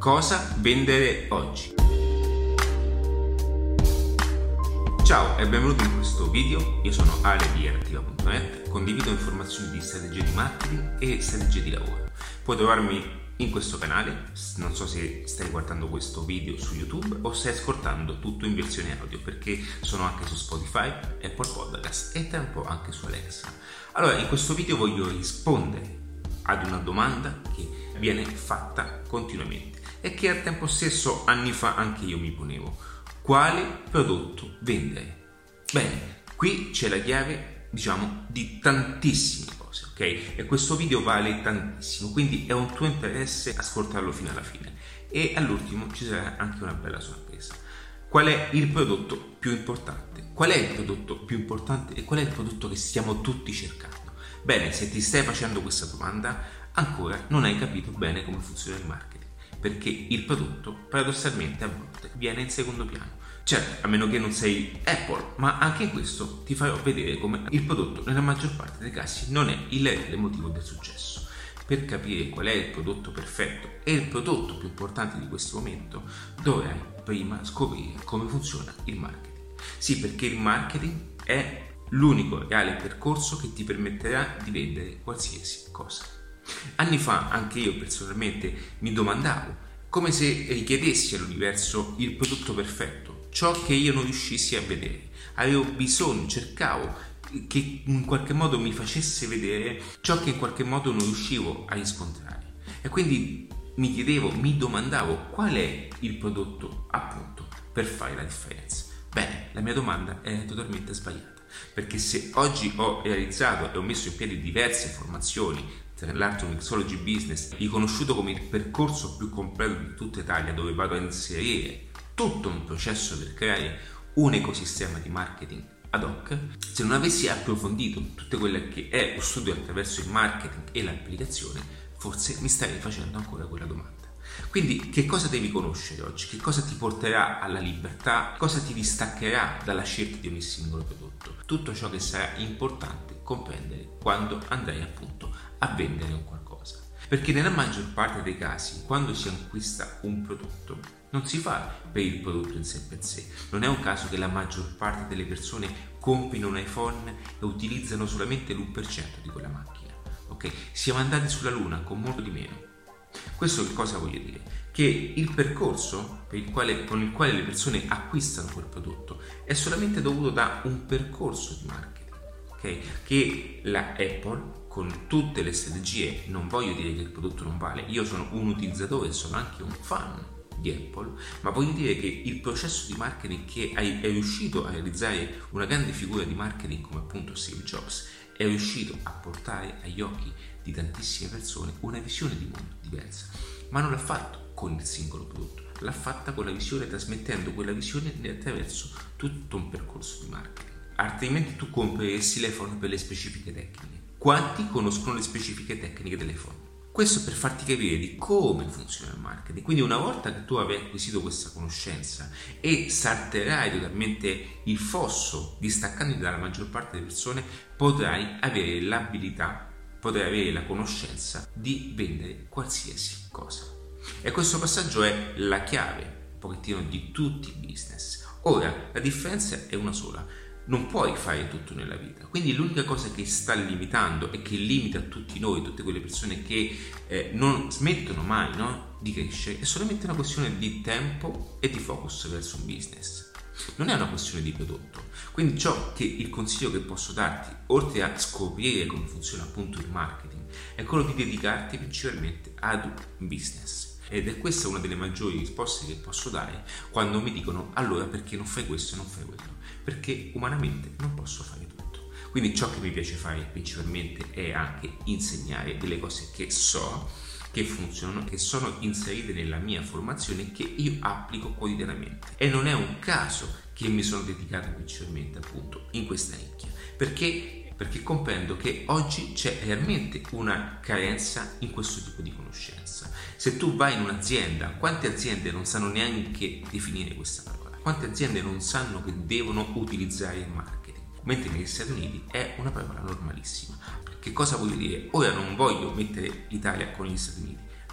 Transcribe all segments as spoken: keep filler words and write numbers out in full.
Cosa vendere oggi? Ciao e benvenuti in questo video. Io sono Ale di Arattiva punto net, condivido informazioni di strategie di marketing e strategie di lavoro. Puoi trovarmi in questo canale, non so se stai guardando questo video su YouTube o stai ascoltando tutto in versione audio, perché sono anche su Spotify, Apple Podcast e tempo anche su Alexa. Allora, in questo video voglio rispondere ad una domanda che viene fatta continuamente e che al tempo stesso anni fa anche io mi ponevo: quale prodotto vendere? Bene, qui c'è la chiave, diciamo, di tantissime cose, ok? E questo video vale tantissimo, quindi è un tuo interesse ascoltarlo fino alla fine. E all'ultimo ci sarà anche una bella sorpresa. Qual è il prodotto più importante? Qual è il prodotto più importante e qual è il prodotto che stiamo tutti cercando? Bene, se ti stai facendo questa domanda, ancora non hai capito bene come funziona il marketing, perché il prodotto paradossalmente a volte viene in secondo piano. Certo, a meno che non sei Apple, ma anche in questo ti farò vedere come il prodotto nella maggior parte dei casi non è il reale motivo del successo. Per capire qual è il prodotto perfetto e il prodotto più importante di questo momento, dovrai prima scoprire come funziona il marketing. Sì, perché il marketing è l'unico reale percorso che ti permetterà di vendere qualsiasi cosa. Anni fa anche io personalmente mi domandavo, come se richiedessi all'universo il prodotto perfetto, ciò che io non riuscissi a vedere. Avevo bisogno, cercavo che in qualche modo mi facesse vedere ciò che in qualche modo non riuscivo a riscontrare. E quindi mi chiedevo, mi domandavo qual è il prodotto appunto per fare la differenza. Bene, la mia domanda è totalmente sbagliata, perché se oggi ho realizzato e ho messo in piedi diverse formazioni tra l'Art Mixology Business, riconosciuto come il percorso più completo di tutta Italia, dove vado a inserire tutto un processo per creare un ecosistema di marketing ad hoc, se non avessi approfondito tutto quello che è lo studio attraverso il marketing e l'applicazione, forse mi starei facendo ancora quella domanda. Quindi che cosa devi conoscere oggi? Che cosa ti porterà alla libertà? Cosa ti distaccherà dalla scelta di ogni singolo prodotto? Tutto ciò che sarà importante comprendere quando andrai appunto a vendere un qualcosa. Perché nella maggior parte dei casi, quando si acquista un prodotto, non si fa per il prodotto in sé per sé. Non è un caso che la maggior parte delle persone comprino un iPhone e utilizzano solamente l'uno per cento di quella macchina. Ok? Siamo andati sulla Luna con molto di meno. Questo che cosa voglio dire? Che il percorso per il quale, con il quale le persone acquistano quel prodotto è solamente dovuto da un percorso di marketing, ok? Che la Apple, con tutte le strategie, non voglio dire che il prodotto non vale, io sono un utilizzatore, sono anche un fan di Apple, ma voglio dire che il processo di marketing che è riuscito a realizzare una grande figura di marketing come appunto Steve Jobs è riuscito a portare agli occhi di tantissime persone una visione di mondo diversa, ma non l'ha fatto con il singolo prodotto, l'ha fatta con la visione, trasmettendo quella visione attraverso tutto un percorso di marketing. Altrimenti tu compreresti l'iPhone per le specifiche tecniche. Quanti conoscono le specifiche tecniche dell'iPhone? Questo per farti capire di come funziona il marketing. Quindi una volta che tu avrai acquisito questa conoscenza e salterai totalmente il fosso, distaccandoti dalla maggior parte delle persone, potrai avere l'abilità, potrai avere la conoscenza di vendere qualsiasi cosa. E questo passaggio è la chiave un pochettino di tutti i business. Ora, la differenza è una sola: non puoi fare tutto nella vita, quindi l'unica cosa che sta limitando e che limita tutti noi, tutte quelle persone che eh, non smettono mai, no, di crescere, è solamente una questione di tempo e di focus verso un business. Non è una questione di prodotto. Quindi ciò che il consiglio che posso darti, oltre a scoprire come funziona appunto il marketing, è quello di dedicarti principalmente ad un business. Ed è questa una delle maggiori risposte che posso dare quando mi dicono: allora perché non fai questo e non fai quello? Perché umanamente non posso fare tutto. Quindi ciò che mi piace fare principalmente è anche insegnare delle cose che so, che funzionano, che sono inserite nella mia formazione, che io applico quotidianamente. E non è un caso che mi sono dedicato principalmente appunto in questa nicchia, perché perché comprendo che oggi c'è realmente una carenza in questo tipo di conoscenza. Se tu vai in un'azienda, quante aziende non sanno neanche definire questa parola? Quante aziende non sanno che devono utilizzare il marketing? Mentre negli Stati Uniti è una parola normalissima. Che cosa voglio dire? Ora non voglio mettere l'Italia con gli Stati Uniti,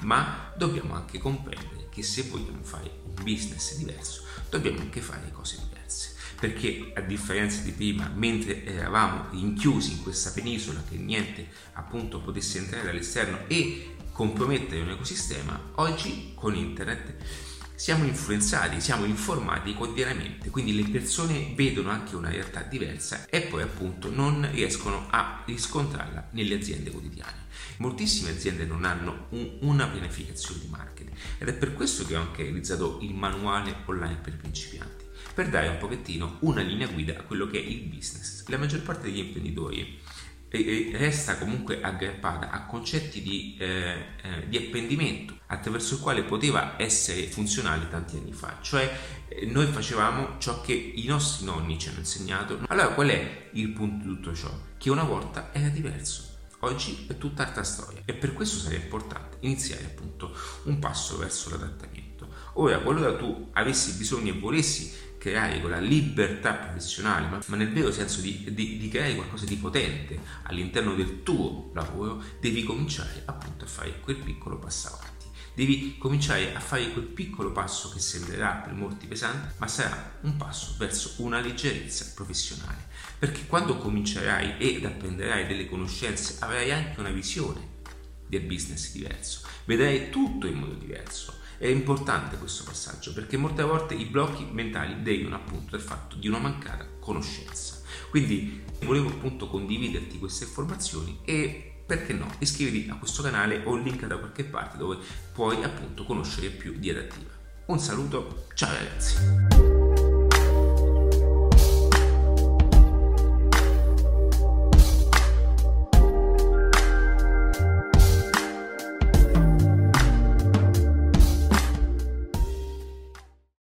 ma dobbiamo anche comprendere che se vogliamo fare un business diverso dobbiamo anche fare cose diverse, perché a differenza di prima, mentre eravamo rinchiusi in questa penisola che niente appunto potesse entrare dall'esterno e compromettere un ecosistema, oggi con internet siamo influenzati, siamo informati quotidianamente, quindi le persone vedono anche una realtà diversa e poi appunto non riescono a riscontrarla nelle aziende quotidiane. Moltissime aziende non hanno un, una pianificazione di marketing ed è per questo che ho anche realizzato il manuale online per principianti, per dare un pochettino una linea guida a quello che è il business. La maggior parte degli imprenditori resta comunque aggrappata a concetti di, eh, eh, di apprendimento attraverso il quale poteva essere funzionale tanti anni fa, cioè eh, noi facevamo ciò che i nostri nonni ci hanno insegnato. Allora qual è il punto di tutto ciò? Che una volta era diverso, oggi è tutt'altra storia e per questo sarebbe importante iniziare appunto un passo verso l'adattamento. Ora, qualora tu avessi bisogno e volessi creare quella libertà professionale, ma, ma nel vero senso di, di, di creare qualcosa di potente all'interno del tuo lavoro, devi cominciare appunto a fare quel piccolo passo avanti. Devi cominciare a fare quel piccolo passo che sembrerà per molti pesante, ma sarà un passo verso una leggerezza professionale. Perché quando comincerai ed apprenderai delle conoscenze, avrai anche una visione del business diverso, vedrai tutto in modo diverso. È importante questo passaggio perché molte volte i blocchi mentali derivano appunto dal fatto di una mancata conoscenza. Quindi volevo appunto condividerti queste informazioni e perché no, iscriviti a questo canale o il link da qualche parte dove puoi appunto conoscere più di Adattiva. Un saluto, ciao ragazzi!